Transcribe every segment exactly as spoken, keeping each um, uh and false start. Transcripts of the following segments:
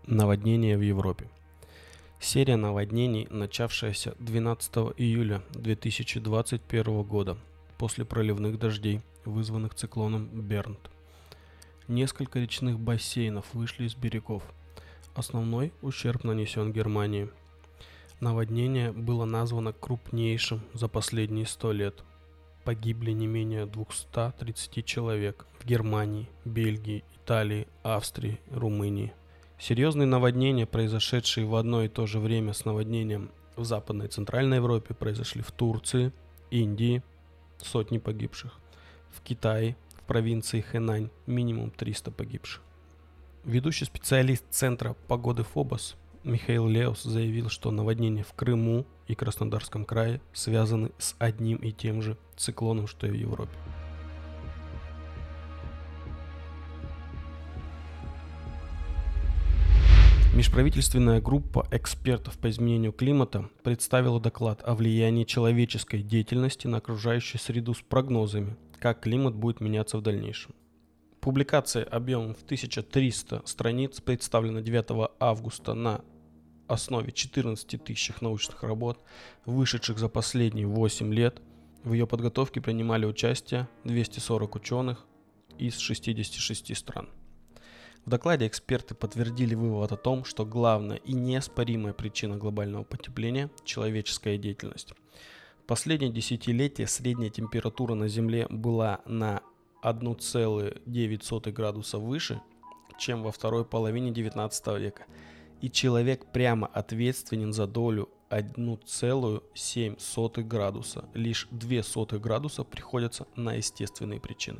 Наводнения в Европе. Серия наводнений, начавшаяся двенадцатого июля две тысячи двадцать первого года после проливных дождей, вызванных циклоном Бернт. Несколько речных бассейнов вышли из берегов. Основной ущерб нанесен Германии. Наводнение было названо крупнейшим за последние сто лет. Погибли не менее двухсот тридцати человек в Германии, Бельгии, Италии, Австрии, Румынии. Серьезные наводнения, произошедшие в одно и то же время с наводнением в Западной и Центральной Европе, произошли в Турции, Индии, сотни погибших, в Китае, в провинции Хэнань минимум триста погибших. Ведущий специалист Центра погоды ФОБОС Михаил Леус заявил, что наводнения в Крыму и Краснодарском крае связаны с одним и тем же циклоном, что и в Европе. Межправительственная группа экспертов по изменению климата представила доклад о влиянии человеческой деятельности на окружающую среду с прогнозами, как климат будет меняться в дальнейшем. Публикация объемом в тысяча триста страниц представлена девятого августа на основе четырнадцати тысяч научных работ, вышедших за последние восемь лет. В ее подготовке принимали участие двести сорок ученых из шестидесяти шести стран. В докладе эксперты подтвердили вывод о том, что главная и неоспоримая причина глобального потепления – человеческая деятельность. В последние десятилетия средняя температура на Земле была на одна целая девять сотых градуса выше, чем во второй половине девятнадцатого века. И человек прямо ответственен за долю одна целая семь сотых градуса. Лишь два сотых градуса приходятся на естественные причины.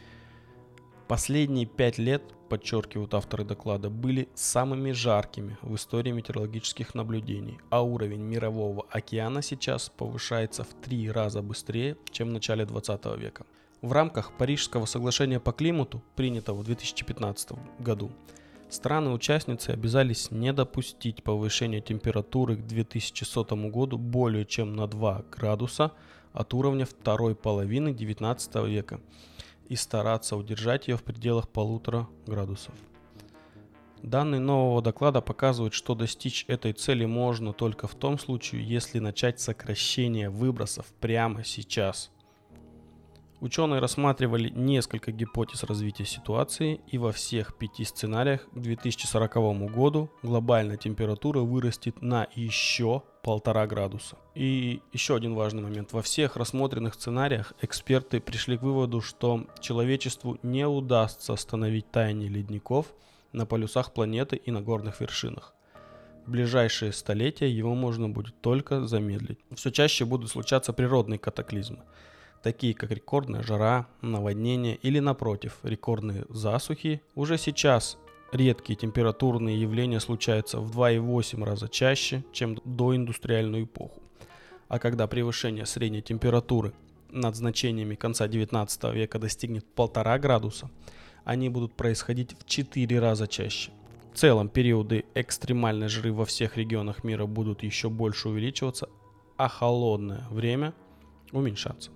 Последние пять лет, подчеркивают авторы доклада, были самыми жаркими в истории метеорологических наблюдений, а уровень мирового океана сейчас повышается в три раза быстрее, чем в начале двадцатого века. В рамках Парижского соглашения по климату, принятого в две тысячи пятнадцатом году, страны-участницы обязались не допустить повышения температуры к две тысячи сотому году более чем на два градуса от уровня второй половины девятнадцатого века и стараться удержать ее в пределах полутора градусов. Данные нового доклада показывают, что достичь этой цели можно только в том случае, если начать сокращение выбросов прямо сейчас. Ученые рассматривали несколько гипотез развития ситуации, и во всех пяти сценариях к две тысячи сороковому году глобальная температура вырастет на еще полтора градуса. И еще один важный момент. Во всех рассмотренных сценариях эксперты пришли к выводу, что человечеству не удастся остановить таяние ледников на полюсах планеты и на горных вершинах. В ближайшие столетия его можно будет только замедлить. Все чаще будут случаться природные катаклизмы, такие как рекордная жара, наводнения или, напротив, рекордные засухи. Уже сейчас редкие температурные явления случаются в два и восемь раза чаще, чем в доиндустриальную эпоху. А когда превышение средней температуры над значениями конца девятнадцатого века достигнет полтора градуса, они будут происходить в четыре раза чаще. В целом периоды экстремальной жары во всех регионах мира будут еще больше увеличиваться, а холодное время уменьшаться.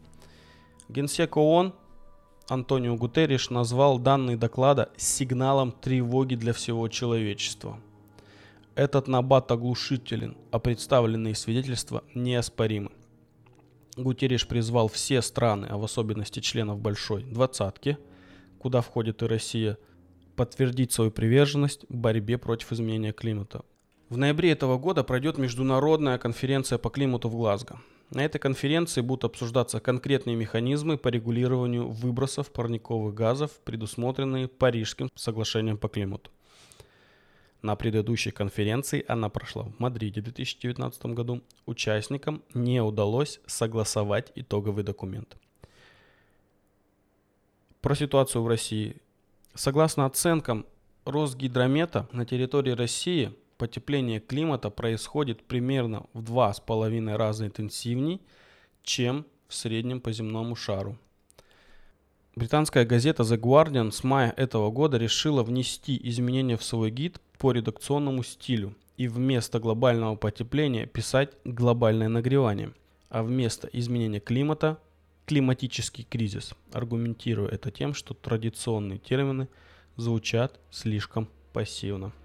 Генсек ООН Антонио Гутерриш назвал данные доклада сигналом тревоги для всего человечества. Этот набат оглушителен, а представленные свидетельства неоспоримы. Гутерриш призвал все страны, а в особенности членов Большой Двадцатки, куда входит и Россия, подтвердить свою приверженность в борьбе против изменения климата. В ноябре этого года пройдет международная конференция по климату в Глазго. На этой конференции будут обсуждаться конкретные механизмы по регулированию выбросов парниковых газов, предусмотренные Парижским соглашением по климату. На предыдущей конференции, она прошла в Мадриде в две тысячи девятнадцатом году, участникам не удалось согласовать итоговый документ. Про ситуацию в России. Согласно оценкам Росгидромета, на территории России потепление климата происходит примерно в два с половиной раза интенсивнее, чем в среднем по земному шару. Британская газета The Guardian с мая этого года решила внести изменения в свой гид по редакционному стилю и вместо глобального потепления писать глобальное нагревание, а вместо изменения климата – климатический кризис, аргументируя это тем, что традиционные термины звучат слишком пассивно.